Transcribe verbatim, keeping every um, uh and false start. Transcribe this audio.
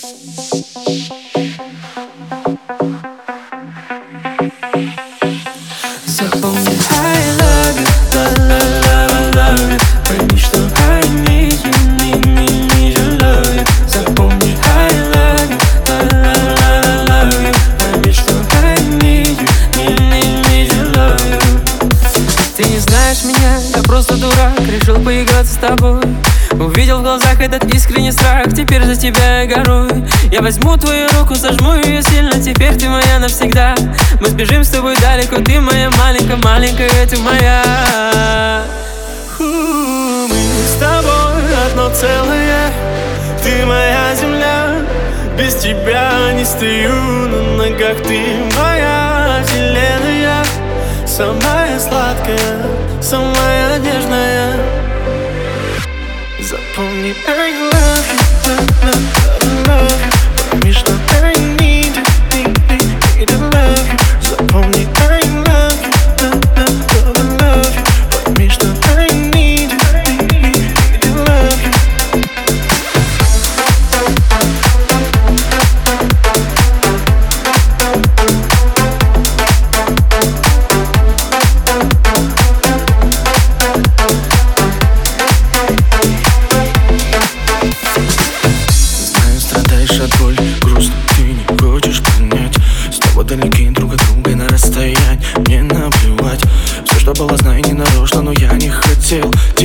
Запомни, I love you, love, love, love you. Пойми, что I need you, need, need, need you, love you. Запомни, I love you, love, love, love you. Пойми, что I need you, need, need, need you, love you. Ты не знаешь меня, я просто дурак, решил поиграться с тобой. Увидел в глазах этот искренний страх, теперь за тебя я горую. Я возьму твою руку, зажму ее сильно, теперь ты моя навсегда. Мы сбежим с тобой далеко, ты моя маленькая, маленькая, ты моя. Фу, мы с тобой одно целое, ты моя земля. Без тебя не стою на ногах, ты моя вселенная. Самая сладкая, самая нежная. Запомни, I love you, love, love, love you. Пойми, что I need you, need, need, need to love you. Запомни, I love you, love, love, love, love you. Пойми, что I need you, need, need, need to love you. От боли, грустно, ты не хочешь понять. Снова далеки друг от друга на расстоянии. Мне наплевать, все, что было, знай, не нарочно, но я не хотел